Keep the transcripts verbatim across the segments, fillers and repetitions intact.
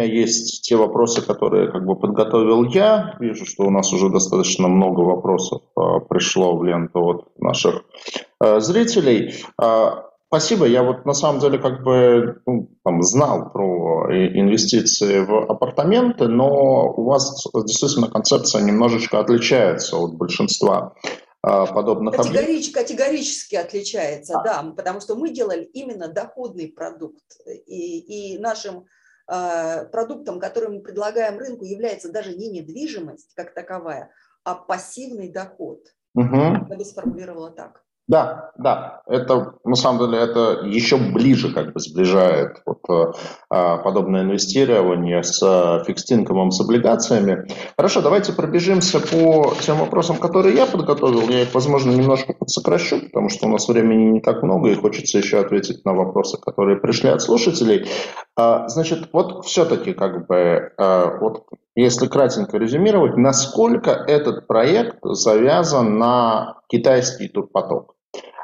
меня есть те вопросы, которые как бы подготовил я. Вижу, что у нас уже достаточно много вопросов а, пришло в ленту от наших а, зрителей. А, спасибо. Я вот на самом деле как бы ну, там, знал про и- инвестиции в апартаменты, но у вас действительно концепция немножечко отличается от большинства а, подобных объектов. Категорич, категорически отличается, да, потому что мы делали именно доходный продукт. И, и нашим э, продуктом, который мы предлагаем рынку, является даже не недвижимость как таковая, а пассивный доход. Угу. Я бы сформулировала так. Да, да, это на самом деле это еще ближе как бы сближает вот, э, подобное инвестирование с э, фикс-инкомом, с облигациями. Хорошо, давайте пробежимся по тем вопросам, которые я подготовил. Я их, возможно, немножко подсокращу, потому что у нас времени не так много, и хочется еще ответить на вопросы, которые пришли от слушателей. А, значит, вот все-таки как бы, а, вот если кратенько резюмировать, насколько этот проект завязан на китайский турпоток?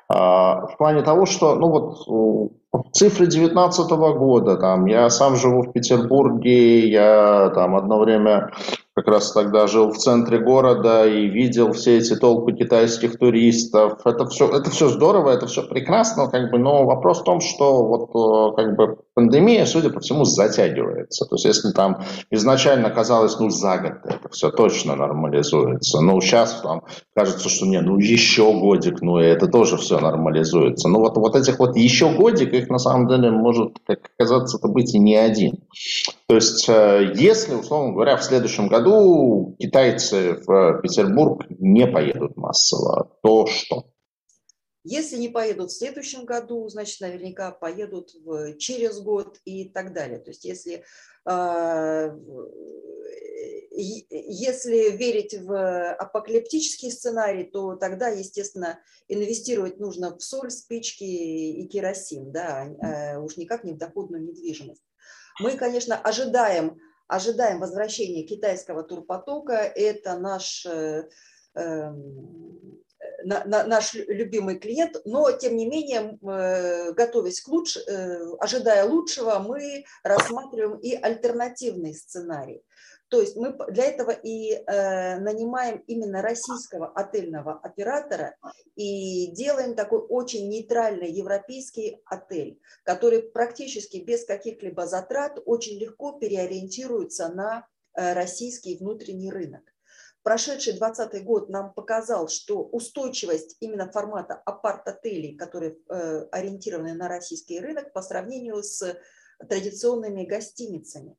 А, в плане того, что, ну вот, цифры две тысячи девятнадцатого года, там, я сам живу в Петербурге, я там одно время как раз тогда жил в центре города и видел все эти толпы китайских туристов. Это все, это все здорово, это все прекрасно, как бы, но вопрос в том, что вот как бы пандемия, судя по всему, затягивается. То есть если там изначально казалось, ну за год это все точно нормализуется, но сейчас там кажется, что нет, ну еще годик, ну и это тоже все нормализуется. Ну вот, вот этих вот еще годик, их на самом деле может, как оказаться, быть и не один. То есть, если, условно говоря, в следующем году китайцы в Петербург не поедут массово, то что? Если не поедут в следующем году, значит, наверняка поедут в, через год и так далее. То есть, если, э, если верить в апокалиптический сценарий, то тогда, естественно, инвестировать нужно в соль, спички и керосин, да, э, уж никак не в доходную недвижимость. Мы, конечно, ожидаем, ожидаем возвращения китайского турпотока. Это наш, э, э, на, на, наш любимый клиент, но, тем не менее, э, готовясь к лучше, э, ожидая лучшего, мы рассматриваем и альтернативный сценарий. То есть мы для этого и э, нанимаем именно российского отельного оператора и делаем такой очень нейтральный европейский отель, который практически без каких-либо затрат очень легко переориентируется на э, российский внутренний рынок. Прошедший двадцатый год нам показал, что устойчивость именно формата апарт-отелей, которые э, ориентированы на российский рынок, по сравнению с традиционными гостиницами.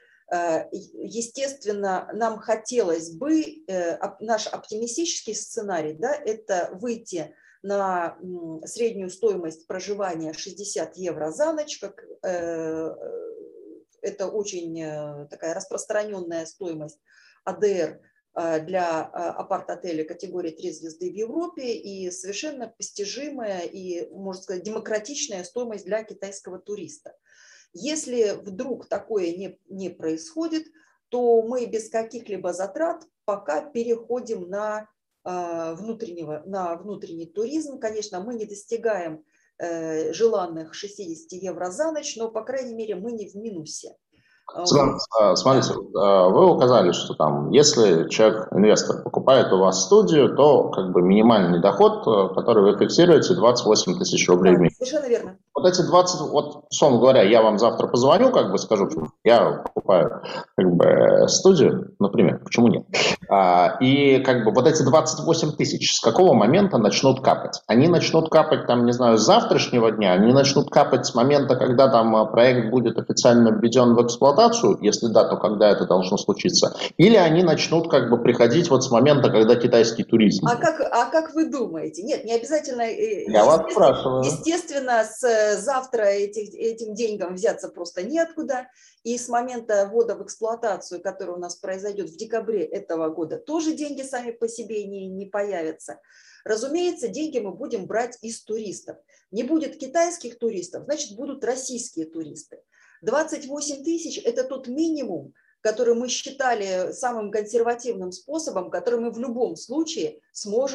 Естественно, нам хотелось бы, наш оптимистический сценарий, да, это выйти на среднюю стоимость проживания шестьдесят евро за ночь, как, э, это очень такая распространенная стоимость АДР для апарт-отеля категории три звезды в Европе и совершенно постижимая и, можно сказать, демократичная стоимость для китайского туриста. Если вдруг такое не, не происходит, то мы без каких-либо затрат пока переходим на, э, внутреннего, на внутренний туризм. Конечно, мы не достигаем э, желанных шестьдесят евро за ночь, но, по крайней мере, мы не в минусе. Смотрите, да. Вы указали, что там, если человек, инвестор, покупает у вас студию, то как бы минимальный доход, который вы фиксируете, двадцать восемь тысяч рублей Да, в месяц. совершенно верно. Вот эти двадцать, вот, условно говоря, я вам завтра позвоню, как бы скажу, что я покупаю как бы студию, например, почему нет? А, и как бы вот эти двадцать восемь тысяч с какого момента начнут капать? Они начнут капать, там, не знаю, с завтрашнего дня, они начнут капать с момента, когда там проект будет официально введен в эксплуатацию, если да, то когда это должно случиться? Или они начнут как бы приходить вот с момента, когда китайский туризм? А как, а как вы думаете? Нет, не обязательно. Я вас спрашиваю. Естественно, с завтра этих, этим деньгам взяться просто неоткуда. И с момента ввода в эксплуатацию, который у нас произойдет в декабре этого года, тоже деньги сами по себе не, не появятся. Разумеется, деньги мы будем брать из туристов. Не будет китайских туристов, значит, будут российские туристы. двадцать восемь тысяч – это тот минимум, который мы считали самым консервативным способом, который мы в любом случае сможем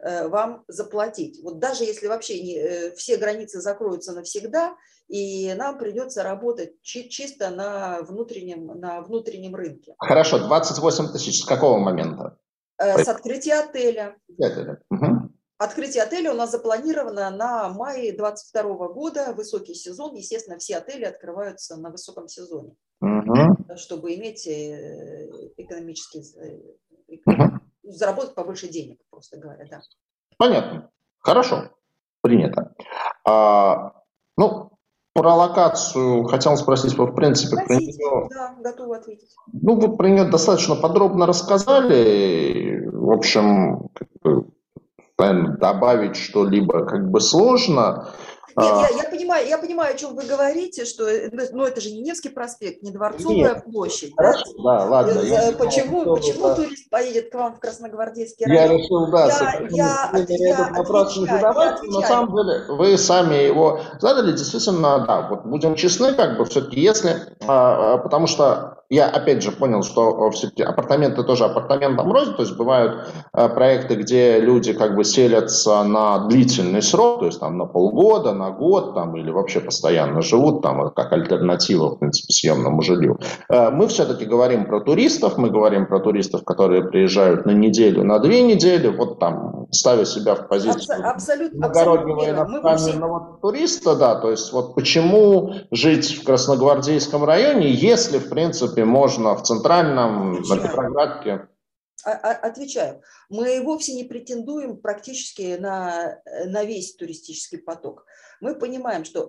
вам заплатить. Вот даже если вообще не, все границы закроются навсегда, и нам придется работать чи- чисто на внутреннем, на внутреннем рынке. Хорошо, двадцать восемь тысяч с какого момента? С открытия отеля. Угу. Открытие отеля у нас запланировано на май две тысячи двадцать второго года, высокий сезон. Естественно, все отели открываются на высоком сезоне, угу. чтобы иметь экономический, угу. заработать побольше денег, просто говоря, да. Понятно. Хорошо. Принято. А, ну, про локацию хотел спросить, вы в принципе Хотите, про нее... Да, готова ответить. Ну, вы про нее достаточно подробно рассказали. В общем, как бы, наверное, добавить что-либо как бы сложно. Нет, я, я, понимаю, я понимаю, о чем вы говорите, что ну, это же не Невский проспект, не Дворцовая Нет. площадь. Хорошо, Да? да, ладно. Я Почему, думал, почему да. турист поедет к вам в Красногвардейский Я район? решил, да, Я, я, от, я, этот вопрос не отвечаю, я задавать. На отвечаю. самом деле, вы сами его задали, действительно, да, вот будем честны, как бы все-таки, если, а, потому что я опять же понял, что все-таки апартаменты тоже апартаментам рознь, то есть бывают а, проекты, где люди как бы селятся на длительный срок, то есть там на полгода, на год, там, или вообще постоянно живут, там, как альтернатива, в принципе, съемному жилью. А, мы все-таки говорим про туристов, мы говорим про туристов, которые приезжают на неделю, на две недели, вот там, ставя себя в позицию абсолютно, иногороднего иностранного туриста, да, то есть вот почему жить в Красногвардейском районе, если, в принципе, можно в центральном, Отвечаю. на Петроградке? Отвечаю. Мы вовсе не претендуем практически на, на весь туристический поток. Мы понимаем, что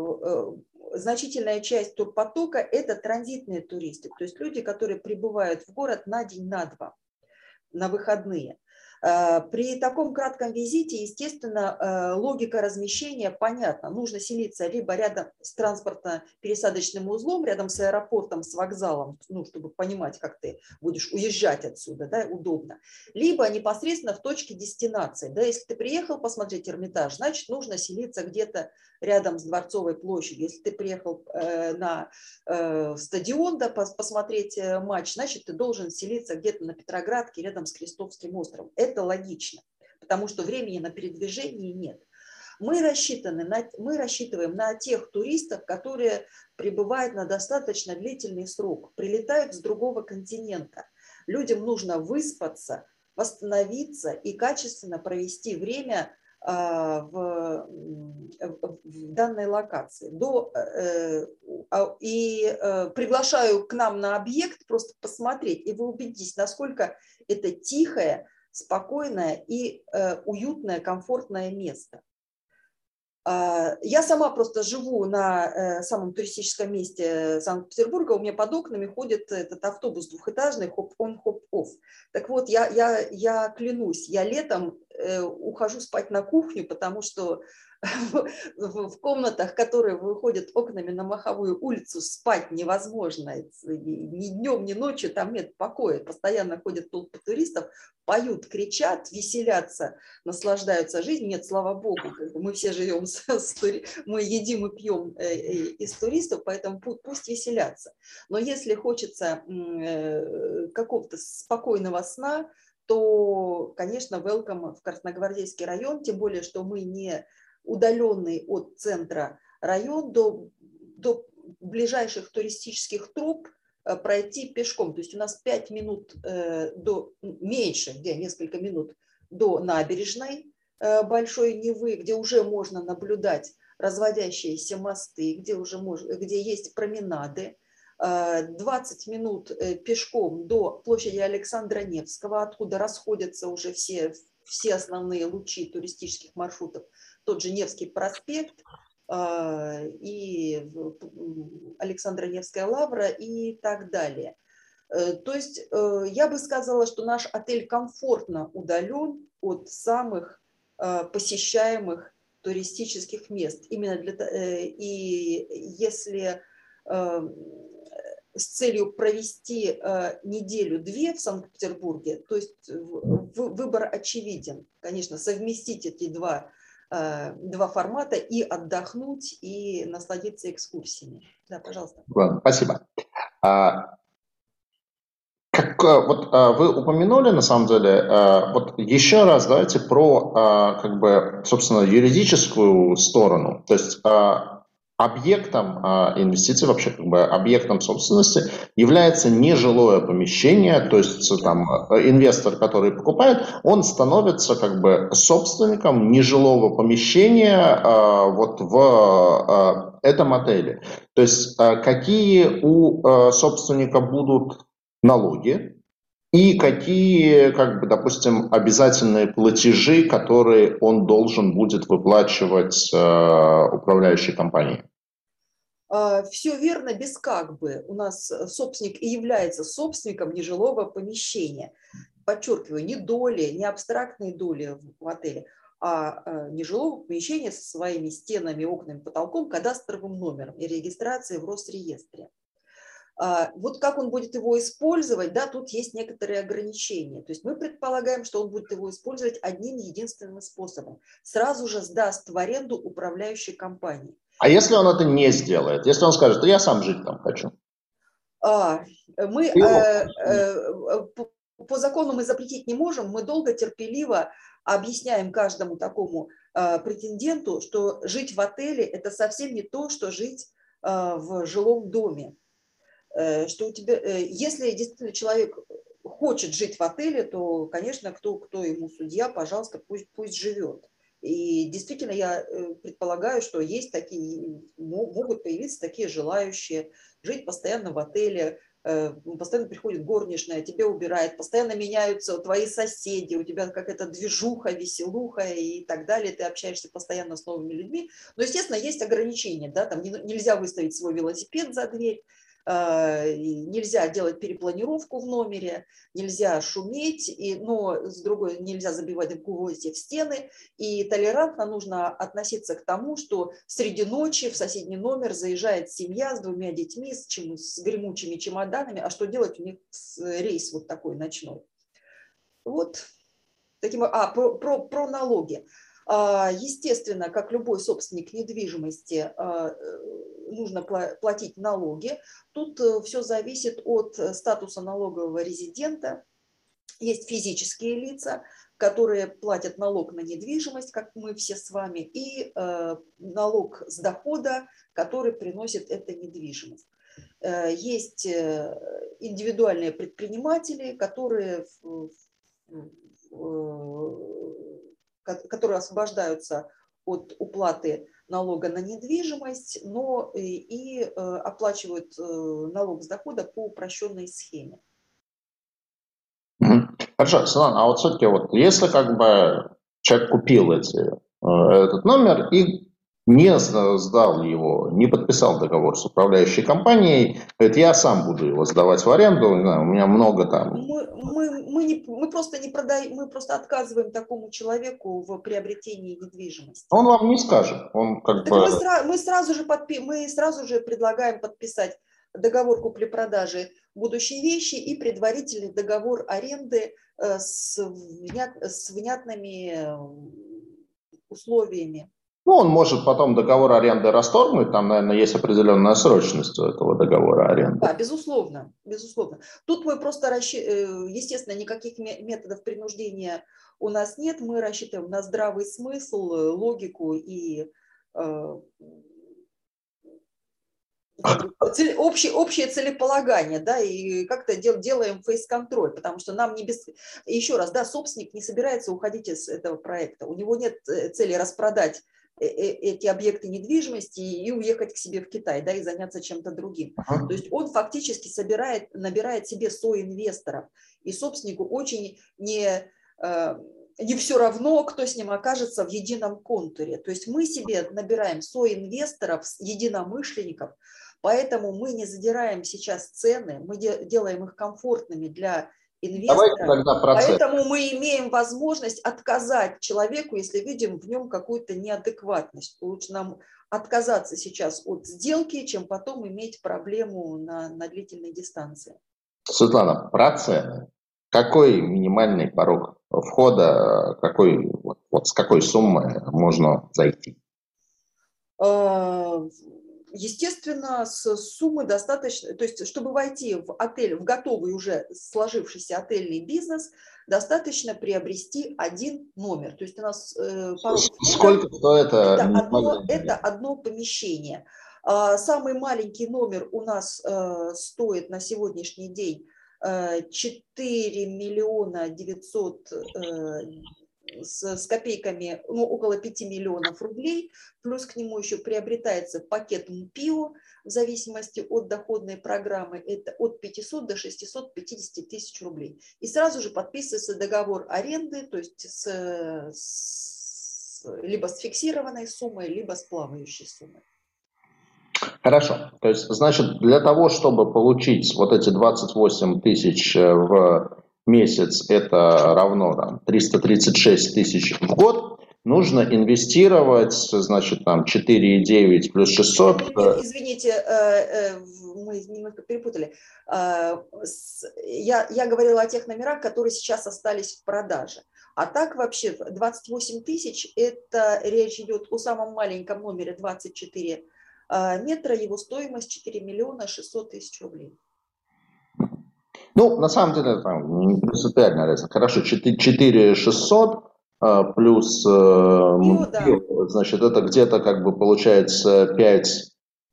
э, э, значительная часть турпотока – это транзитные туристы, то есть люди, которые прибывают в город на день, на два, на выходные. При таком кратком визите, естественно, логика размещения понятна. Нужно селиться либо рядом с транспортно-пересадочным узлом, рядом с аэропортом, с вокзалом, ну, чтобы понимать, как ты будешь уезжать отсюда, да, удобно. Либо непосредственно в точке дестинации. Да, если ты приехал посмотреть Эрмитаж, значит, нужно селиться где-то рядом с Дворцовой площадью. Если ты приехал э, на э, стадион, да, пос посмотреть э, матч, значит, ты должен селиться где-то на Петроградке, рядом с Крестовским островом. Это логично, потому что времени на передвижение нет. Мы, рассчитаны на, мы рассчитываем на тех туристов, которые прибывают на достаточно длительный срок, прилетают с другого континента. Людям нужно выспаться, восстановиться и качественно провести время в, в данной локации. До, э, и э, приглашаю к нам на объект просто посмотреть, и вы убедитесь, насколько это тихое, спокойное и э, уютное, комфортное место. Я сама просто живу на самом туристическом месте Санкт-Петербурга, у меня под окнами ходит этот автобус двухэтажный, хоп-он, хоп-офф. Так вот, я, я, я клянусь, я летом ухожу спать на кухню, потому что в, в комнатах, которые выходят окнами на Маховую улицу, спать невозможно. Ни днем, ни ночью там нет покоя. Постоянно ходят толпы туристов, поют, кричат, веселятся, наслаждаются жизнью. Нет, слава богу, мы все живем, с, с, мы едим и пьем из туристов, поэтому пусть веселятся. Но если хочется какого-то спокойного сна, то, конечно, welcome в Красногвардейский район, тем более, что мы не удаленный от центра район, до, до ближайших туристических троп пройти пешком. То есть у нас пять минут э, до, меньше, где несколько минут до набережной э, Большой Невы, где уже можно наблюдать разводящиеся мосты, где, уже мож, где есть променады. двадцать минут пешком до площади Александра Невского, откуда расходятся уже все, все основные лучи туристических маршрутов. Тот же Невский проспект и Александра Невская лавра и так далее. То есть я бы сказала, что наш отель комфортно удален от самых посещаемых туристических мест. Именно для, и если с целью провести э, неделю-две в Санкт-Петербурге, то есть в, в, выбор очевиден, конечно, совместить эти два, э, два формата и отдохнуть, и насладиться экскурсиями. Да, пожалуйста. Ладно, спасибо. А, Вот а, вы упомянули, на самом деле, а, вот еще раз давайте про, а, как бы, собственно, юридическую сторону. То есть а, объектом а, инвестиций, вообще как бы объектом собственности является не жилое помещение, то есть там инвестор, который покупает, он становится как бы собственником нежилого помещения а, вот в а, этом отеле. То есть а, какие у а, собственника будут налоги и какие, как бы, допустим, обязательные платежи, которые он должен будет выплачивать э, управляющей компании. Все верно, без как бы. У нас собственник и является собственником нежилого помещения. Подчеркиваю, не доли, не абстрактные доли в отеле, а нежилого помещения со своими стенами, окнами, потолком, кадастровым номером и регистрацией в Росреестре. Вот как он будет его использовать, да, тут есть некоторые ограничения. То есть мы предполагаем, что он будет его использовать одним единственным способом. Сразу же сдаст в аренду управляющей компании. А если он это не сделает? Если он скажет, я сам жить там хочу? А, мы э, э, по, по закону мы запретить не можем. Мы долго, терпеливо объясняем каждому такому э, претенденту, что жить в отеле – это совсем не то, что жить э, в жилом доме. Что у тебя, если действительно человек хочет жить в отеле, то, конечно, кто, кто ему судья, пожалуйста, пусть, пусть живет. И действительно, я предполагаю, что есть такие, могут появиться такие желающие жить постоянно в отеле, постоянно приходит горничная, тебе убирает, постоянно меняются твои соседи, у тебя какая-то движуха, веселуха и так далее, ты общаешься постоянно с новыми людьми. Но, естественно, есть ограничения, да, там нельзя выставить свой велосипед за дверь, нельзя делать перепланировку в номере, нельзя шуметь, и, но с другой нельзя забивать гвозди в стены, и толерантно нужно относиться к тому, что среди ночи в соседний номер заезжает семья с двумя детьми, с, чем, с гремучими чемоданами, а что делать, у них рейс вот такой ночной. Вот таким, а, про, про, про налоги. Естественно, как любой собственник недвижимости, нужно платить налоги. Тут все зависит от статуса налогового резидента. Есть физические лица, которые платят налог на недвижимость, как мы все с вами, и налог с дохода, который приносит эта недвижимость. Есть индивидуальные предприниматели, которые которые освобождаются от уплаты налога на недвижимость, но и, и э, оплачивают э, налог с дохода по упрощенной схеме. Хорошо, Светлана, а вот все-таки вот, если как бы человек купил эти, э, этот номер и не сдал его, не подписал договор с управляющей компанией, говорит, я сам буду его сдавать в аренду, не знаю, у меня много там. Мы, мы, мы, не, мы просто не продаем, мы просто отказываем такому человеку в приобретении недвижимости. Он вам не скажет, он как так бы. Мы, сра, мы, сразу же подпи, мы сразу же предлагаем подписать договор купли-продажи будущей вещи и предварительный договор аренды э, с, внят, с внятными условиями. Ну, он может потом договор аренды расторгнуть, там, наверное, есть определенная срочность у этого договора аренды. Да, безусловно, безусловно. Тут мы просто, рассчитываем, естественно, никаких методов принуждения у нас нет, мы рассчитываем на здравый смысл, логику и э, общее, общее целеполагание, да, и как-то дел, делаем фейс-контроль, потому что нам не без... Еще раз, да, собственник не собирается уходить из этого проекта, у него нет цели распродать эти объекты недвижимости и уехать к себе в Китай, да, и заняться чем-то другим. Uh-huh. То есть он фактически собирает, набирает себе соинвесторов, и собственнику очень не, не все равно, кто с ним окажется в едином контуре. То есть мы себе набираем соинвесторов, единомышленников, поэтому мы не задираем сейчас цены, мы делаем их комфортными для инвестора, поэтому мы имеем возможность отказать человеку, если видим в нем какую-то неадекватность. Лучше нам отказаться сейчас от сделки, чем потом иметь проблему на, на длительной дистанции. Светлана, про цены. Какой минимальный порог входа, какой, вот, вот с какой суммы можно зайти? естественно, с суммы достаточно, то есть, чтобы войти в отель, в готовый уже сложившийся отельный бизнес, достаточно приобрести один номер. То есть у нас э, порог входа Сколько стоит это это? одно, это одно помещение. А, самый маленький номер у нас э, стоит на сегодняшний день э, четыре миллиона девятьсот э, с, с копейками, ну, около пяти миллионов рублей, плюс к нему еще приобретается пакет МПИО в зависимости от доходной программы, это от пятисот до шестисот пятидесяти тысяч рублей. И сразу же подписывается договор аренды, то есть с, с, либо с фиксированной суммой, либо с плавающей суммой. Хорошо. То есть, значит, для того, чтобы получить вот эти двадцать восемь тысяч в месяц, это равно там, триста тридцать шесть тысяч в год, нужно инвестировать, значит, там четыре и девять плюс шестьсот. Нет, нет, извините, мы немножко перепутали. Я, я говорила о тех номерах, которые сейчас остались в продаже. А так вообще двадцать восемь тысяч, это речь идет о самом маленьком номере двадцать четыре метра, его стоимость четыре миллиона шестьсот тысяч рублей. Ну, на самом деле, там, не принципиально разница. Хорошо, четыре шестьсот плюс, Пио, да. значит, это где-то как бы получается пять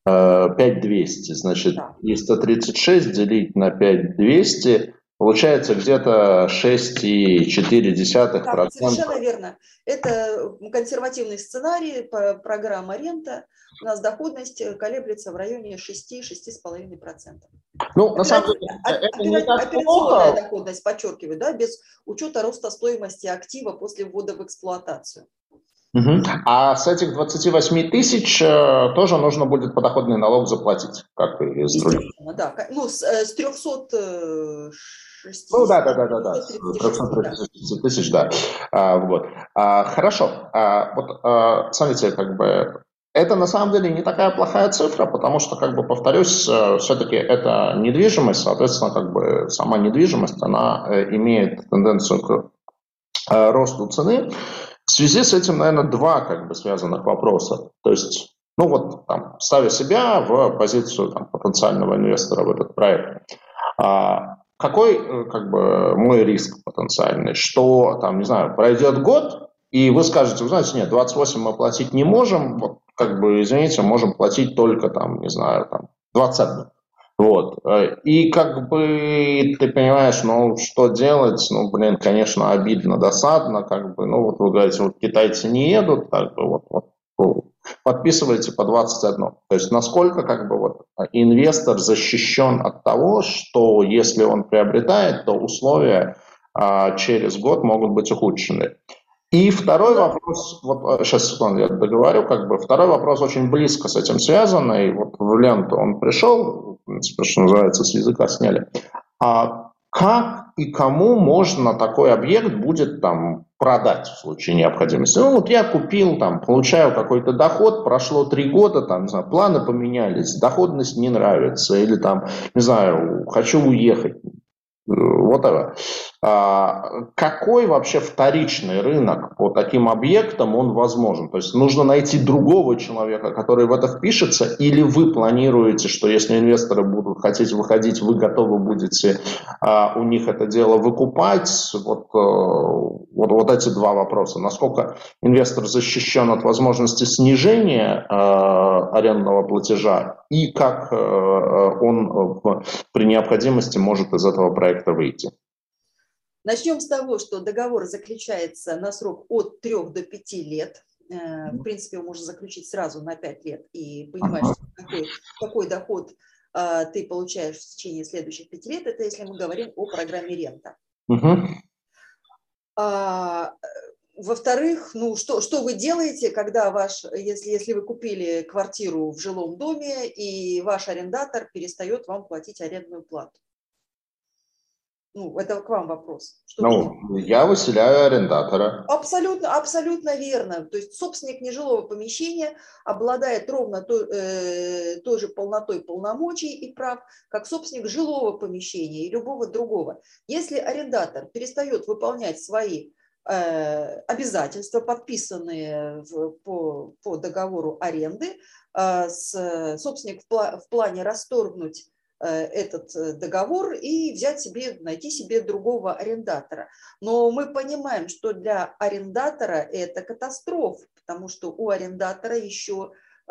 двести, значит, Да. триста тридцать шесть делить на пять двести, получается где-то шесть целых четыре десятых процента. Да, совершенно верно. Это консервативный сценарий, программа рента. У нас доходность колеблется в районе шесть-шесть с половиной процентов. Ну, на самом деле, это не так операционная плохо. доходность, подчеркиваю, да, без учета роста стоимости актива после ввода в эксплуатацию. Угу. А с этих двадцати восьми тысяч э, тоже нужно будет подоходный налог заплатить, как и из других. Естественно, да. Ну, с, с трёхсот шестидесяти, ну, да, да, да, да, да. трёхсот тридцати шести тысяч, да, а, в год. А, хорошо. А, вот, а, смотрите, как бы, это на самом деле не такая плохая цифра, потому что, как бы, повторюсь, все-таки это недвижимость, соответственно, как бы, сама недвижимость, она имеет тенденцию к росту цены. В связи с этим, наверное, два как бы связанных вопроса. То есть, ну вот, там, ставя себя в позицию там, потенциального инвестора в этот проект, а, какой как бы мой риск потенциальный? Что, там, не знаю, пройдет год, и вы скажете, вы знаете, нет, двадцать восемь мы платить не можем, вот, как бы, извините, можем платить только, там, не знаю, там, двадцать один. Вот. И как бы ты понимаешь, ну что делать, ну блин, конечно, обидно, досадно, как бы, ну вот вы говорите, вот китайцы не едут, как бы вот, вот подписывайте по двадцать один. То есть насколько как бы вот инвестор защищен от того, что если он приобретает, то условия а, через год могут быть ухудшены. И второй вопрос, вот сейчас, секунду, я договорю, как бы второй вопрос очень близко с этим связан, и вот в ленту он пришел, в принципе, что называется, с языка сняли. А как и кому можно такой объект будет там продать в случае необходимости? Ну вот я купил, там, получаю какой-то доход, прошло три года, там, не знаю, планы поменялись, доходность не нравится, или там, не знаю, хочу уехать. Вот это. А, какой вообще вторичный рынок по таким объектам он возможен? То есть нужно найти другого человека, который в это впишется, или вы планируете, что если инвесторы будут хотеть выходить, вы готовы будете а, у них это дело выкупать? Вот, вот, вот эти два вопроса. Насколько инвестор защищен от возможности снижения а, арендного платежа, и как а, он при необходимости может из этого проекта выйти? Начнем с того, что договор заключается на срок от трёх до пяти лет. В принципе, его можно заключить сразу на пять лет и понимаешь, какой, какой доход а, ты получаешь в течение следующих пяти лет. Это если мы говорим о программе рента. Угу. А, во-вторых, ну что, что вы делаете, когда ваш, если, если вы купили квартиру в жилом доме и ваш арендатор перестает вам платить арендную плату? Ну, это к вам вопрос. Что ну, я выселяю арендатора. Абсолютно, абсолютно верно. То есть собственник нежилого помещения обладает ровно той, э, той же полнотой полномочий и прав, как собственник жилого помещения и любого другого. Если арендатор перестает выполнять свои обязательства, подписанные в, по, по договору аренды, с, собственник в, пла, в плане расторгнуть этот договор и взять себе, найти себе другого арендатора. Но мы понимаем, что для арендатора это катастрофа, потому что у арендатора еще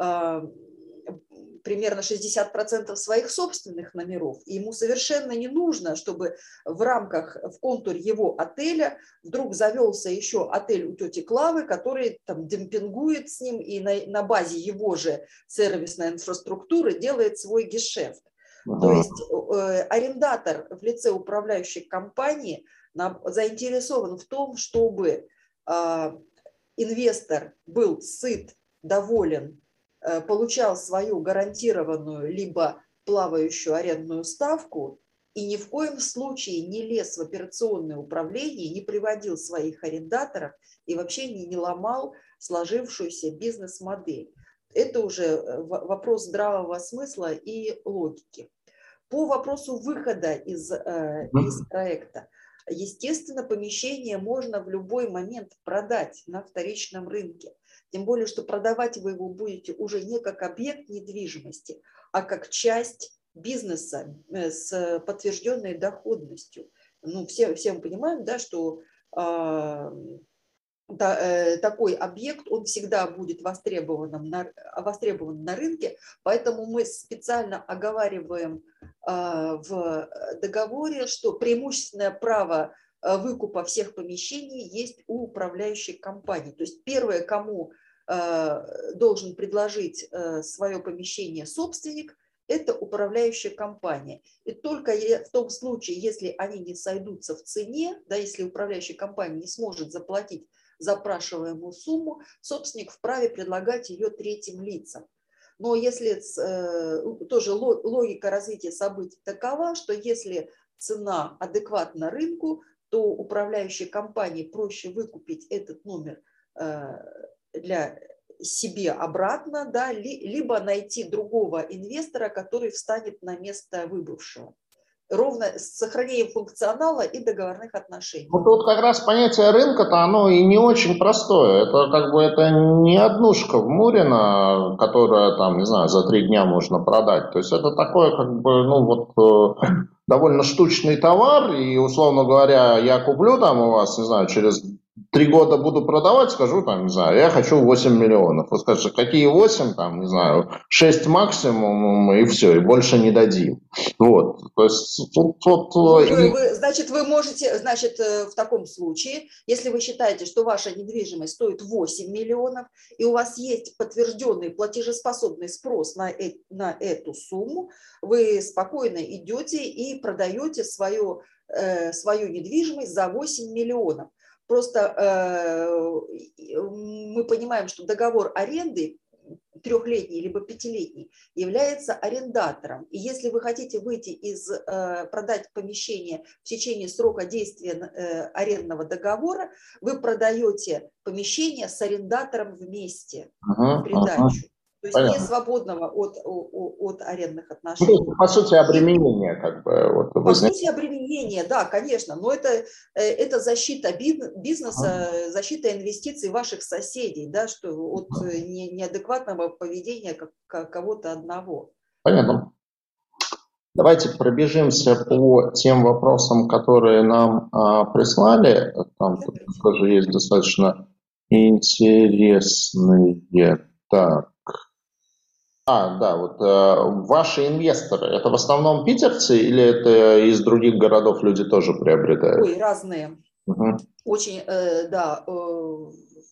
примерно шестьдесят процентов своих собственных номеров. И ему совершенно не нужно, чтобы в рамках, в контуре его отеля вдруг завелся еще отель у тети Клавы, который там демпингует с ним и на, на базе его же сервисной инфраструктуры делает свой гешефт. Uh-huh. То есть э, арендатор в лице управляющей компании на, заинтересован в том, чтобы э, инвестор был сыт, доволен, получал свою гарантированную либо плавающую арендную ставку и ни в коем случае не лез в операционное управление, не приводил своих арендаторов и вообще не, не ломал сложившуюся бизнес-модель. Это уже вопрос здравого смысла и логики. По вопросу выхода из, из проекта. Естественно, помещение можно в любой момент продать на вторичном рынке. Тем более, что продавать вы его будете уже не как объект недвижимости, а как часть бизнеса с подтвержденной доходностью. Ну, все, все мы понимаем, да, что э, да, э, такой объект, он всегда будет востребованным на, востребован на рынке, поэтому мы специально оговариваем э, в договоре, что преимущественное право выкупа всех помещений есть у управляющей компании. То есть первое, кому э, должен предложить э, свое помещение собственник, это управляющая компания. И только в том случае, если они не сойдутся в цене, да, если управляющая компания не сможет заплатить запрашиваемую сумму, собственник вправе предлагать ее третьим лицам. Но если э, тоже логика развития событий такова, что если цена адекватна рынку, то управляющей компании проще выкупить этот номер для себе обратно, да, либо найти другого инвестора, который встанет на место выбывшего. Ровно с сохранением функционала и договорных отношений. Вот тут как раз понятие рынка-то оно и не очень простое. Это как бы это не однушка в Мурино, которая там, не знаю, за три дня можно продать. То есть это такое как бы, ну вот довольно штучный товар, и, условно говоря, я куплю там у вас, не знаю, через три года буду продавать, скажу там, не знаю, я хочу восемь миллионов. Вы скажете, какие восемь, там, не знаю, шесть максимум, и все, и больше не дадим. Вот, то есть тут... тут ну, вы, вы, значит, вы можете, значит, в таком случае, если вы считаете, что ваша недвижимость стоит восемь миллионов, и у вас есть подтвержденный платежеспособный спрос на, э, на эту сумму, вы спокойно идете и продаете свою, э, свою недвижимость за восемь миллионов. Просто э, мы понимаем, что договор аренды трехлетний либо пятилетний является арендатором. И если вы хотите выйти из, э, продать помещение в течение срока действия э, арендного договора, вы продаете помещение с арендатором вместе uh-huh, в придачу. Uh-huh. То есть Понятно. не свободного от, от, от арендных отношений. Ну, по сути, обременение как бы. Вот, по возник... сути, обременение, да, конечно, но это, это защита бизнеса, ага. защита инвестиций ваших соседей, да, что от не, неадекватного поведения как, кого-то одного. Понятно. Давайте пробежимся по тем вопросам, которые нам а, прислали. Там тут тоже есть достаточно интересные. Так. А, да, вот э, ваши инвесторы, это в основном питерцы или это из других городов люди тоже приобретают? Ой, разные. Угу. Очень, э, да, э,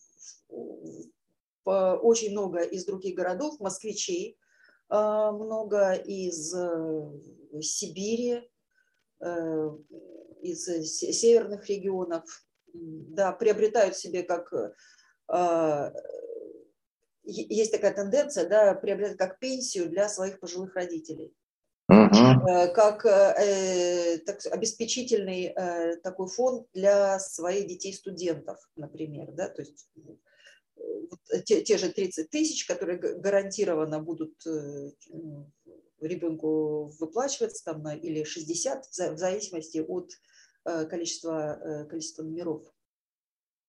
э, очень много из других городов, москвичей, э, много из э, Сибири, э, из северных регионов, да, приобретают себе как... Э, есть такая тенденция, да, приобретать как пенсию для своих пожилых родителей. Uh-huh. Как э, так, обеспечительный э, такой фонд для своих детей-студентов, например. Да? То есть вот, те, те же тридцать тысяч, которые гарантированно будут э, ребенку выплачиваться, там, или шестьдесят, в зависимости от э, количества, э, количества номеров.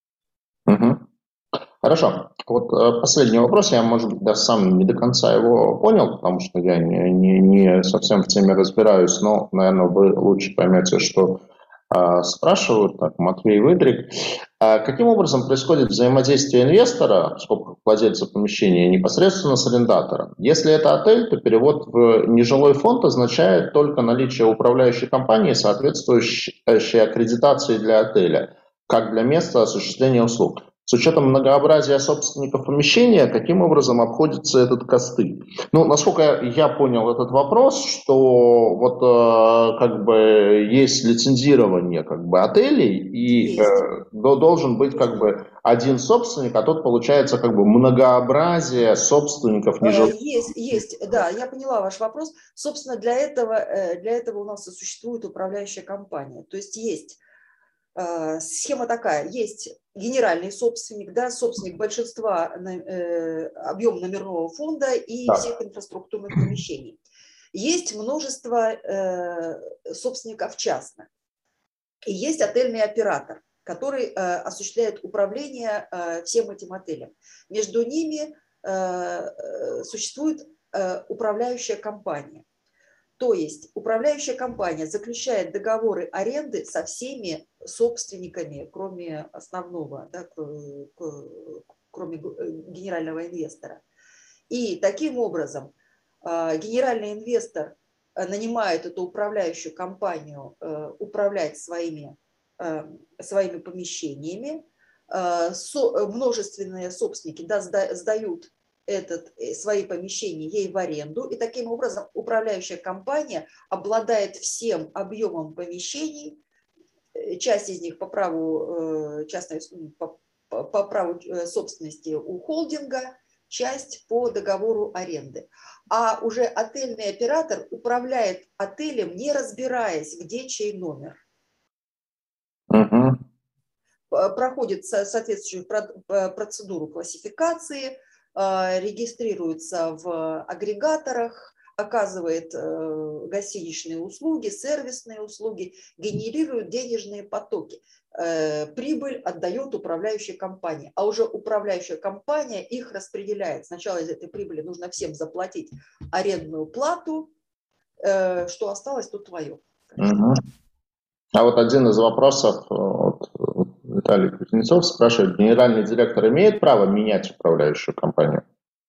Хорошо. Вот э, последний вопрос. Я, может быть, даже сам не до конца его понял, потому что я не, не, не совсем в теме разбираюсь, но, наверное, вы лучше поймете, что э, спрашивают. Так, Матвей Выдрик. А каким образом происходит взаимодействие инвестора, в скобках владельца помещения, непосредственно с арендатором? Если это отель, то перевод в нежилой фонд означает только наличие управляющей компании, соответствующей аккредитации для отеля, как для места осуществления услуг. С учетом многообразия собственников помещения, каким образом обходится этот косты? Ну, насколько я понял этот вопрос, что вот э, как бы есть лицензирование как бы отелей и э, Есть. до- должен быть как бы один собственник, а тут получается как бы многообразие собственников Э, нежилых. Есть, есть, да, я поняла ваш вопрос. Собственно, для этого, э, для этого у нас и существует управляющая компания. То есть есть э, схема такая, есть генеральный собственник, да, собственник большинства э, объем номерного фонда и Да. всех инфраструктурных помещений. Есть множество э, собственников частных. И есть отельный оператор, который э, осуществляет управление э, всем этим отелем. Между ними э, э, существует э, управляющая компания. То есть управляющая компания заключает договоры аренды со всеми собственниками, кроме основного, да, кроме генерального инвестора. И таким образом генеральный инвестор нанимает эту управляющую компанию управлять своими, своими помещениями. Множественные собственники да, сдают этот, свои помещения ей в аренду, и таким образом управляющая компания обладает всем объемом помещений, часть из них по праву частной, по, по праву собственности у холдинга, часть по договору аренды. А уже отельный оператор управляет отелем, не разбираясь, где чей номер. Угу. Проходит соответствующую процедуру классификации, регистрируется в агрегаторах, оказывает гостиничные услуги, сервисные услуги, генерирует денежные потоки. Прибыль отдает управляющей компании, а уже управляющая компания их распределяет. Сначала из этой прибыли нужно всем заплатить арендную плату, что осталось, то твое. Угу. А вот один из вопросов, вот, Виталий Кузнецов спрашивает, генеральный директор имеет право менять управляющую компанию?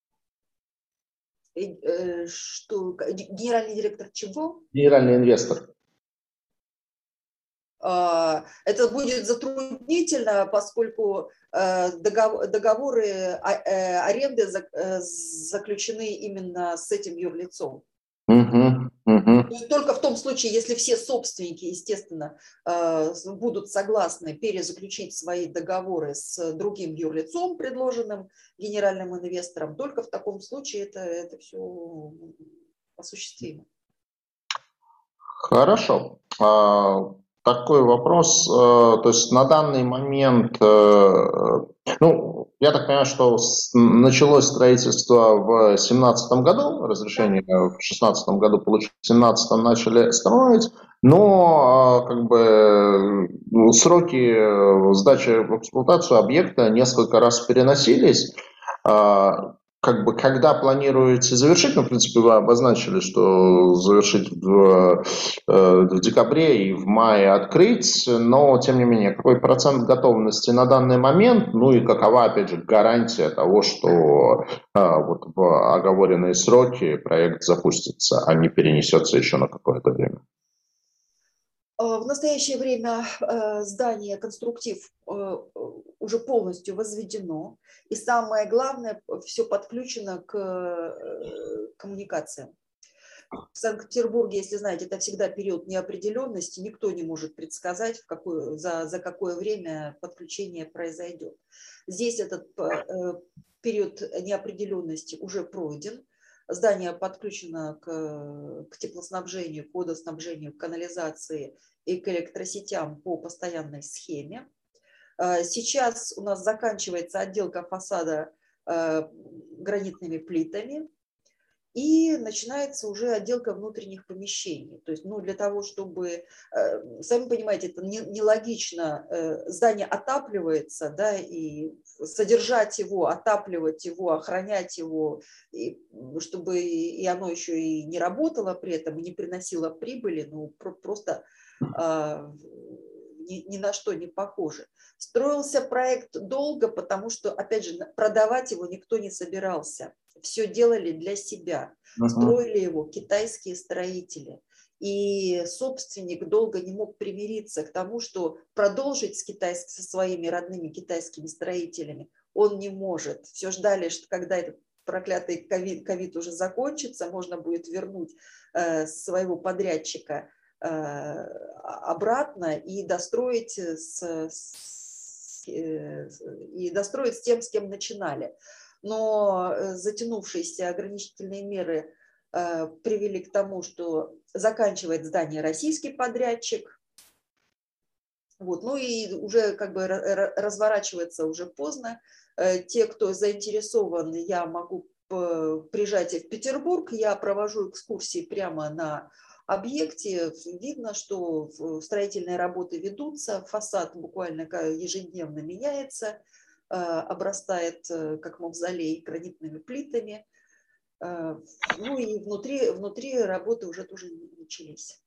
Что, генеральный директор чего? Генеральный инвестор. Это будет затруднительно, поскольку договоры аренды заключены именно с этим юрлицом. Угу, угу. Только в том случае, если все собственники, естественно, будут согласны перезаключить свои договоры с другим юрлицом, предложенным генеральным инвестором, только в таком случае это, это все осуществимо. Хорошо. Такой вопрос, то есть на данный момент, ну, я так понимаю, что началось строительство в семнадцатом году, разрешение в шестнадцатом году получили, в семнадцатом начали строить, но как бы сроки сдачи в эксплуатацию объекта несколько раз переносились. Как бы, когда планируете завершить, ну, в принципе, вы обозначили, что завершить в, в декабре и в мае открыть, но, тем не менее, какой процент готовности на данный момент, ну и какова, опять же, гарантия того, что вот в оговоренные сроки проект запустится, а не перенесется еще на какое-то время? В настоящее время здание, конструктив уже полностью возведено. И самое главное, все подключено к коммуникациям. В Санкт-Петербурге, если знаете, это всегда период неопределенности. Никто не может предсказать, в какое, за, за какое время подключение произойдет. Здесь этот период неопределенности уже пройден. Здание подключено к, к теплоснабжению, к водоснабжению, к канализации и к электросетям по постоянной схеме. Сейчас у нас заканчивается отделка фасада гранитными плитами. и начинается уже отделка внутренних помещений. То есть, ну, для того, чтобы, э, сами понимаете, это не, нелогично, э, здание отапливается, да, и содержать его, отапливать его, охранять его, и, чтобы и оно еще и не работало при этом, и не приносило прибыли, ну, про, просто э, ни, ни на что не похоже. Строился проект долго, потому что, опять же, продавать его никто не собирался. Все делали для себя. Uh-huh. Строили его китайские строители. И собственник долго не мог примириться к тому, что продолжить с китайс... со своими родными китайскими строителями он не может. Все ждали, что когда этот проклятый ковид, ковид уже закончится, можно будет вернуть э, своего подрядчика э, обратно и достроить с, с, э, и достроить с тем, с кем начинали. Но затянувшиеся ограничительные меры э, привели к тому, что заканчивает здание российский подрядчик. Вот. Ну и уже как бы разворачивается уже поздно. Э, те, кто заинтересован, я могу приезжать в Петербург, я провожу экскурсии прямо на объекте. Видно, что строительные работы ведутся, фасад буквально ежедневно меняется, обрастает, как мавзолей, гранитными плитами. Ну и внутри, внутри работы уже тоже начались.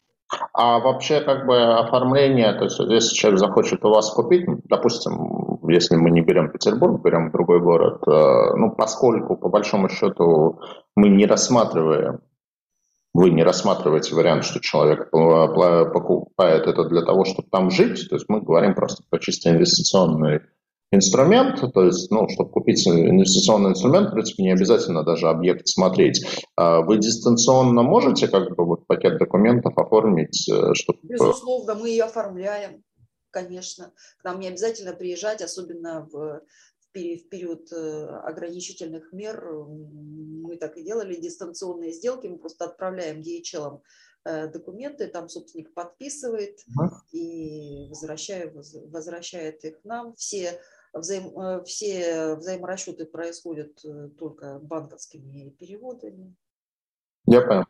А вообще как бы оформление, то есть если человек захочет у вас купить, допустим, если мы не берем Петербург, берем другой город, ну поскольку по большому счету мы не рассматриваем, вы не рассматриваете вариант, что человек покупает это для того, чтобы там жить, то есть мы говорим просто про чисто инвестиционный инструмент, то есть, ну, чтобы купить инвестиционный инструмент, в принципе, не обязательно даже объект смотреть. Вы дистанционно можете как бы вот пакет документов оформить, чтобы... Безусловно, мы ее оформляем, конечно. К нам не обязательно приезжать, особенно в, в период ограничительных мер. Мы так и делали, дистанционные сделки, мы просто отправляем ди эйч эл документы, там собственник подписывает uh-huh. и возвращает, возвращает их нам. Все Взаим, все взаиморасчеты происходят только банковскими переводами. Я понял.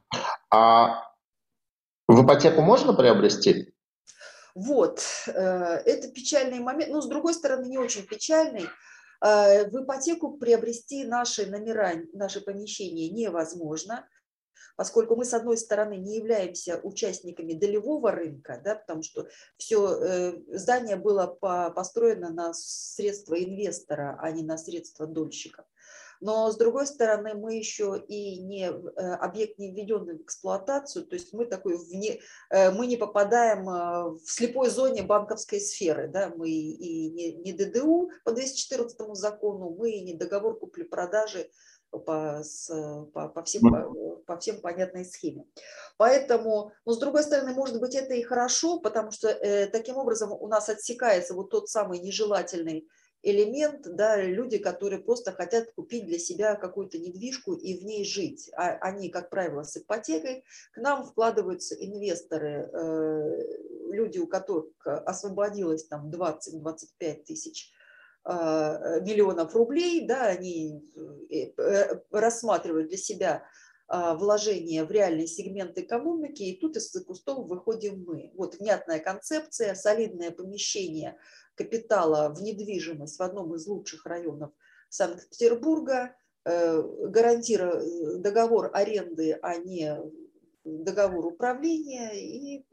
А в ипотеку можно приобрести? Вот, это печальный момент. Но, с другой стороны, не очень печальный. В ипотеку приобрести наши номера, наши помещения невозможно, поскольку мы, с одной стороны, не являемся участниками долевого рынка, да, потому что все э, здание было по, построено на средства инвестора, а не на средства дольщиков. Но, с другой стороны, мы еще и не э, объект не введенный в эксплуатацию, то есть мы, такой вне, э, мы не попадаем э, в слепой зоне банковской сферы. Да, мы и не, не дэ дэ у по двести четырнадцатому закону, мы и не договор купли-продажи По, с, по, по, всем, по, по всем понятной схеме. Поэтому, но с другой стороны, может быть, это и хорошо, потому что э, таким образом у нас отсекается вот тот самый нежелательный элемент, да, люди, которые просто хотят купить для себя какую-то недвижку и в ней жить. А они, как правило, с ипотекой. К нам вкладываются инвесторы, э, люди, у которых освободилось там двадцать-двадцать пять тысяч миллионов рублей, да, они рассматривают для себя вложения в реальный сегмент экономики, и тут из кустов выходим мы. Вот внятная концепция, солидное помещение капитала в недвижимость в одном из лучших районов Санкт-Петербурга, гарантируя договор аренды, а не договор управления, и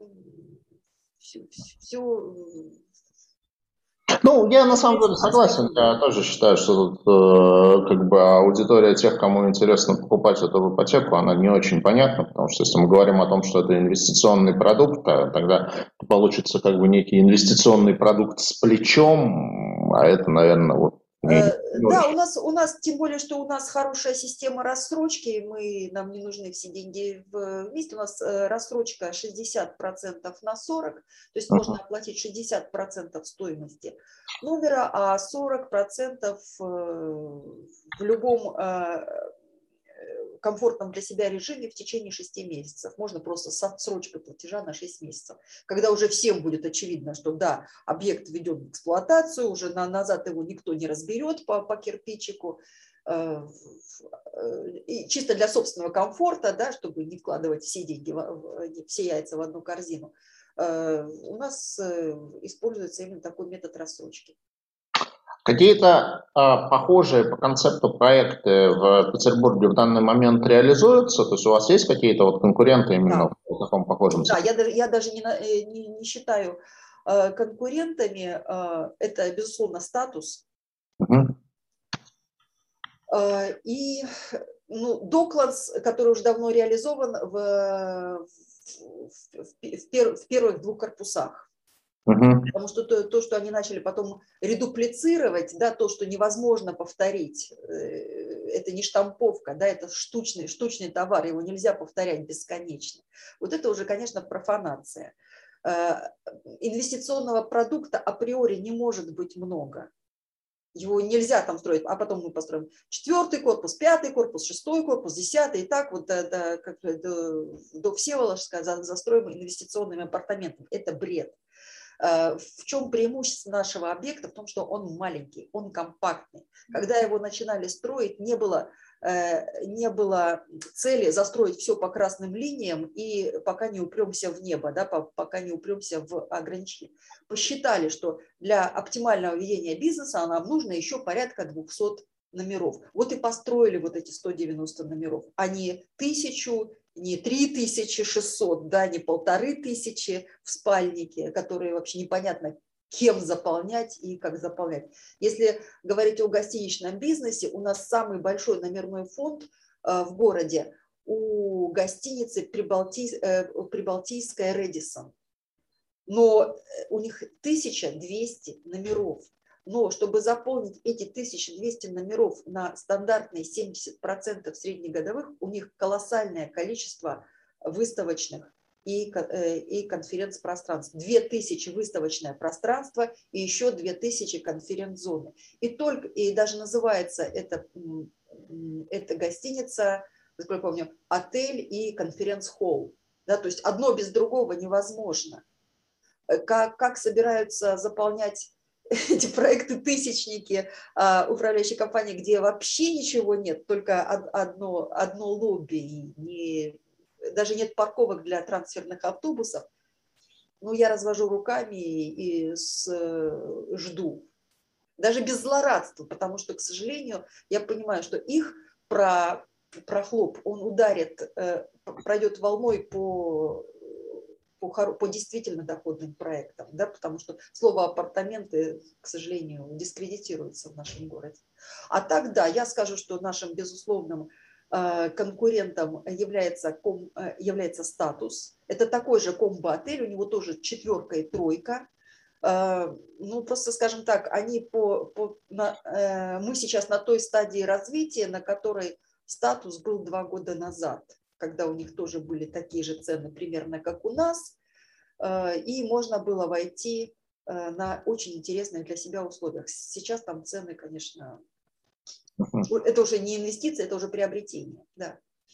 все, все. Ну, я на самом деле согласен, я тоже считаю, что тут э, как бы аудитория тех, кому интересно покупать эту ипотеку, она не очень понятна, потому что если мы говорим о том, что это инвестиционный продукт, тогда получится как бы некий инвестиционный продукт с плечом, а это, наверное, вот Не, да, у нас, у нас, тем более, что у нас хорошая система рассрочки, мы, нам не нужны все деньги вместе, у нас рассрочка шестьдесят процентов на сорок, то есть uh-huh. можно оплатить шестьдесят процентов стоимости номера, а сорок процентов в любом комфортном для себя режиме в течение шести месяцев. Можно просто с отсрочкой платежа на шесть месяцев. Когда уже всем будет очевидно, что да, объект введен в эксплуатацию, уже на, назад его никто не разберет по, по кирпичику, и чисто для собственного комфорта, да, чтобы не вкладывать все деньги, все яйца в одну корзину, у нас используется именно такой метод рассрочки. Какие-то а, похожие по концепту проекты в Петербурге в данный момент реализуются? То есть у вас есть какие-то вот конкуренты именно Да. в таком похожем Да, сегменте? я даже, я даже не, не, не считаю э, конкурентами, э, это, безусловно, статус. Угу. Э, и ну, Докландс, который уже давно реализован в, в, в, в, пер, в первых двух корпусах. Угу. Потому что то, то, что они начали потом редуплицировать, да, то, что невозможно повторить, это не штамповка, да, это штучный, штучный товар, его нельзя повторять бесконечно. Вот это уже, конечно, профанация. Инвестиционного продукта априори не может быть много. Его нельзя там строить, а потом мы построим четвертый корпус, пятый корпус, шестой корпус, десятый, и так вот до, до, как, до, до Всеволожска застроим инвестиционными апартаментами. Это бред. В чем преимущество нашего объекта? В том, что он маленький, он компактный. Когда его начинали строить, не было, не было цели застроить все по красным линиям и пока не упремся в небо, да, пока не упремся в ограничения. Посчитали, что для оптимального ведения бизнеса нам нужно еще порядка двухсот номеров. Вот и построили вот эти сто девяносто номеров, а не тысячу, не три тысячи шестьсот, да, не полторы тысячи в спальнике, которые вообще непонятно кем заполнять и как заполнять. Если говорить о гостиничном бизнесе, у нас самый большой номерной фонд э, в городе у гостиницы Прибалти... э, Прибалтийская Рэдисон. Но у них тысяча двести номеров. Но чтобы заполнить эти тысяча двести номеров на стандартные семьдесят процентов среднегодовых, у них колоссальное количество выставочных и, и конференц-пространств. две тысячи выставочное пространство и еще две тысячи конференц-зоны. И, только, и даже называется эта, эта гостиница, насколько я помню, отель и конференц-холл. Да, то есть одно без другого невозможно. Как, как собираются заполнять эти проекты-тысячники а, управляющей компании, где вообще ничего нет, только одно, одно лобби, и не, даже нет парковок для трансферных автобусов. Ну, я развожу руками и с, жду. Даже без злорадства, потому что, к сожалению, я понимаю, что их про, прохлоп, он ударит, пройдет волной по... По, по действительно доходным проектам, да, потому что слово апартаменты, к сожалению, дискредитируется в нашем городе. А так, да, я скажу, что нашим безусловным э, конкурентом является, ком, э, является статус. Это такой же комбо-отель, у него тоже четверка и тройка. Э, ну, просто, скажем так, они по, по, на, э, мы сейчас на той стадии развития, на которой статус был два года назад, когда у них тоже были такие же цены примерно, как у нас, и можно было войти на очень интересных для себя условиях. Сейчас там цены, конечно, это уже не инвестиция, это уже приобретение, да.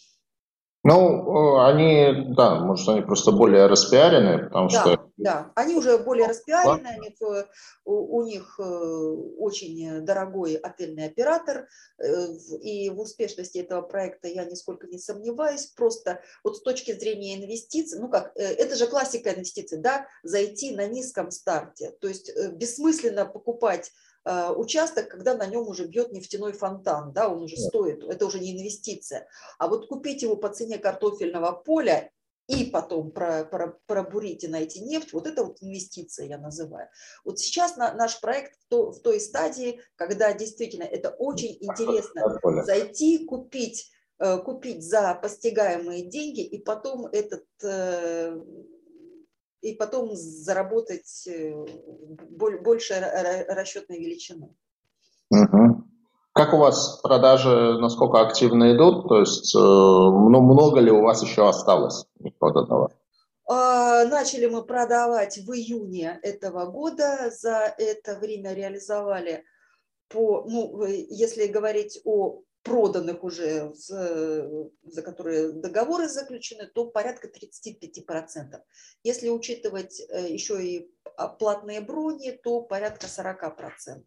Ну, они, да, может, они просто более распиарены, потому да, что... Да, они уже более распиарены, они, у, у них очень дорогой отельный оператор, и в успешности этого проекта я нисколько не сомневаюсь. Просто вот с точки зрения инвестиций, ну как, это же классика инвестиций, да, зайти на низком старте. То есть бессмысленно покупать участок, когда на нем уже бьет нефтяной фонтан, да, он уже стоит, это уже не инвестиция. А вот купить его по цене картофельного поля и потом про, про, пробурить и найти нефть, вот это вот инвестиция я называю. Вот сейчас на, наш проект в, то, в той стадии, когда действительно это очень интересно зайти, купить, э, купить за постигаемые деньги и потом этот... Э, и потом заработать больше расчетной величины. Угу. Как у вас продажи, насколько активно идут? То есть ну, много ли у вас еще осталось непроданного? Начали мы продавать в июне этого года. За это время реализовали, по, ну, если говорить о проданных уже, за которые договоры заключены, то порядка тридцать пять процентов. Если учитывать еще и платные брони, то порядка сорок процентов.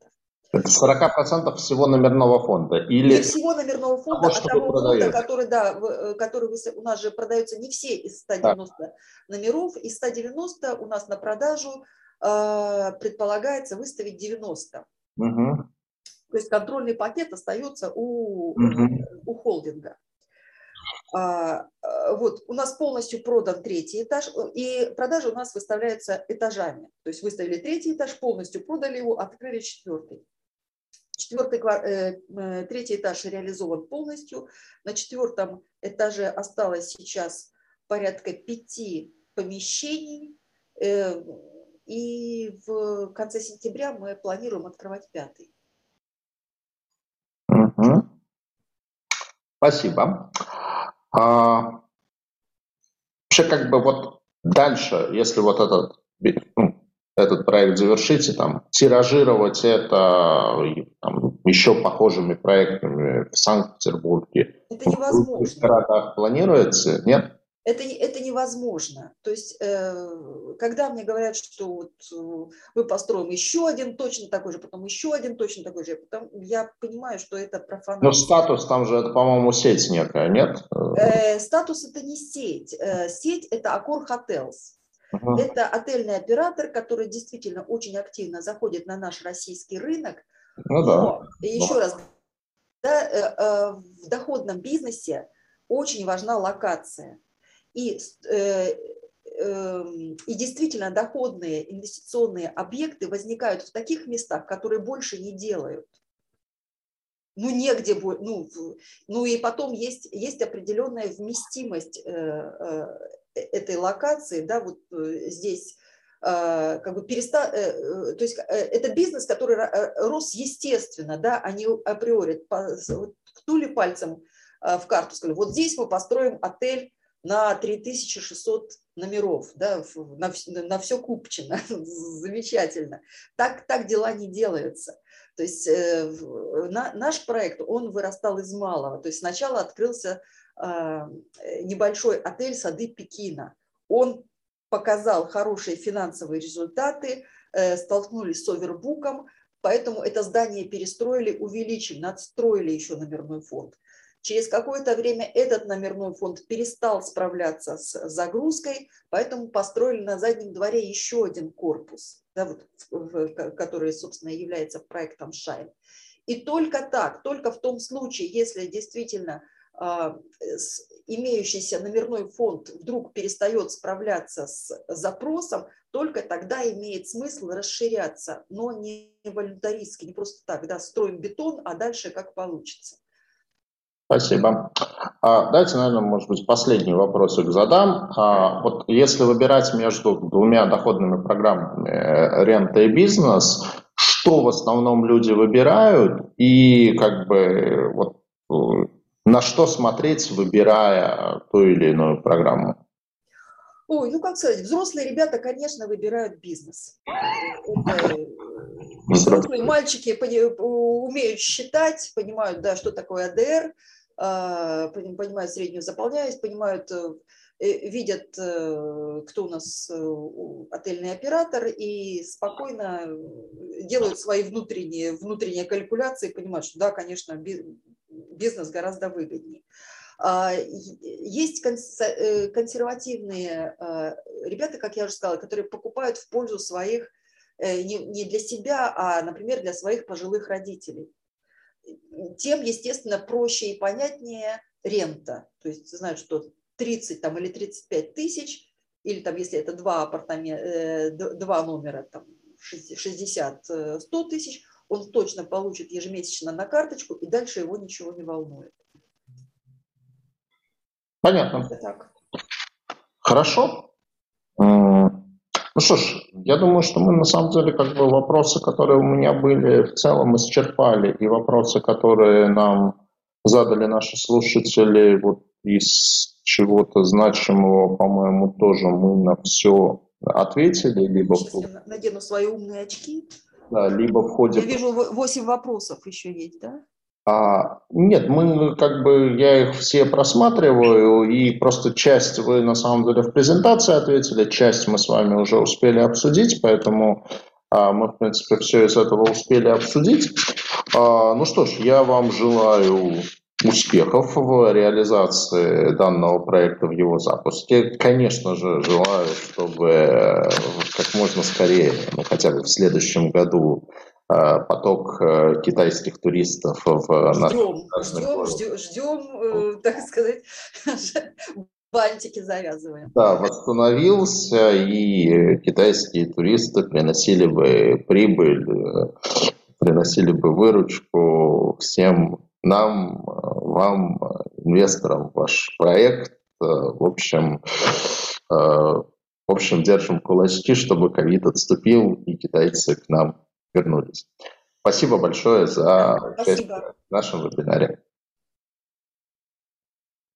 Это сорок процентов всего номерного фонда? Или не всего номерного фонда, того, а что вы того фонда, продаете? который, да, в- который вы, у нас же продаются не все из ста Так. девяноста номеров, из ста девяноста у нас на продажу э, предполагается выставить девяносто. Угу. То есть контрольный пакет остается у, Угу. у холдинга. А, вот, у нас полностью продан третий этаж, и продажи у нас выставляются этажами. То есть выставили третий этаж, полностью продали его, открыли четвертый. Четвертый, э, третий этаж реализован полностью. На четвертом этаже осталось сейчас порядка пяти помещений. Э, и в конце сентября мы планируем открывать пятый. Угу. Спасибо. А, вообще, как бы вот дальше, если вот этот, ну, этот проект завершите, там, тиражировать это там, еще похожими проектами в Санкт-Петербурге, Это в других невозможно. городах планируется, нет? Это, это невозможно. То есть, э, когда мне говорят, что вот, э, мы построим еще один точно такой же, потом еще один точно такой же, потом, я понимаю, что это Но профанация. статус там же, это, по-моему, сеть некая, нет? Э, статус это не сеть. Э, сеть это Accor Hotels. Угу. Это отельный оператор, который действительно очень активно заходит на наш российский рынок. Ну, но, да. еще Но. раз, да, э, э, в доходном бизнесе очень важна локация. И, э, э, и действительно доходные инвестиционные объекты возникают в таких местах, которые больше не делают. Ну, негде, ну, ну и потом есть, есть определенная вместимость э, э, этой локации, да, вот э, здесь э, как бы переста... э, то есть э, это бизнес, который рос естественно, да, а не априори. Ткнули пальцем э, в карту, сказали, вот здесь мы построим отель на три тысячи шестьсот номеров, да, на, на все купчено, замечательно. Так, так дела не делаются. То есть э, на, наш проект, он вырастал из малого. То есть сначала открылся э, небольшой отель «Сады Пекина». Он показал хорошие финансовые результаты, э, столкнулись с овербуком, поэтому это здание перестроили, увеличили, надстроили еще номерной фонд. Через какое-то время этот номерной фонд перестал справляться с загрузкой, поэтому построили на заднем дворе еще один корпус, да, вот, который, собственно, является проектом Shine. И только так, только в том случае, если действительно э, имеющийся номерной фонд вдруг перестает справляться с запросом, только тогда имеет смысл расширяться, но не волюнтаристски, не просто так, да, строим бетон, а дальше как получится. Спасибо. А, давайте, наверное, может быть, последний вопросик задам. А, вот если выбирать между двумя доходными программами рента и бизнес, что в основном люди выбирают и как бы вот на что смотреть, выбирая ту или иную программу? Ой, ну как сказать, взрослые ребята, конечно, выбирают бизнес. Это... Взрослые мальчики умеют считать, понимают, да, что такое А Д Р, понимают среднюю заполняемость, понимают, видят, кто у нас отельный оператор, и спокойно делают свои внутренние, внутренние калькуляции, понимают, что да, конечно, бизнес гораздо выгоднее. Есть консервативные ребята, как я уже сказала, которые покупают в пользу своих, не для себя, а, например, для своих пожилых родителей. Тем, естественно, проще и понятнее рента. То есть знают, что тридцать там, или тридцать пять тысяч, или там, если это два апартамента, два номера, там, шестьдесят-сто тысяч, он точно получит ежемесячно на карточку, и дальше его ничего не волнует. Понятно. Это так. Хорошо. Ну что ж, я думаю, что мы на самом деле как бы вопросы, которые у меня были, в целом исчерпали, и вопросы, которые нам задали наши слушатели, вот из чего-то значимого, по-моему, тоже мы на все ответили. Либо Сейчас в... я надену свои умные очки. Да, либо в ходе... Я вижу, восемь вопросов еще есть, да? А, нет, мы как бы, я их все просматриваю, и просто часть вы на самом деле в презентации ответили, часть мы с вами уже успели обсудить, поэтому Мы, в принципе, все из этого успели обсудить. Ну что ж, я вам желаю успехов в реализации данного проекта, в его запуске. Конечно же, желаю, чтобы как можно скорее, ну хотя бы в следующем году, поток китайских туристов в ждем, ждем, ждем, ждем, так сказать, бантики завязываем. Да, восстановился, и китайские туристы приносили бы прибыль, приносили бы выручку всем нам, вам, инвесторам, ваш проект. В общем, в общем, держим кулачки, чтобы ковид отступил и китайцы к нам вернулись. Спасибо большое за участие в нашем вебинаре.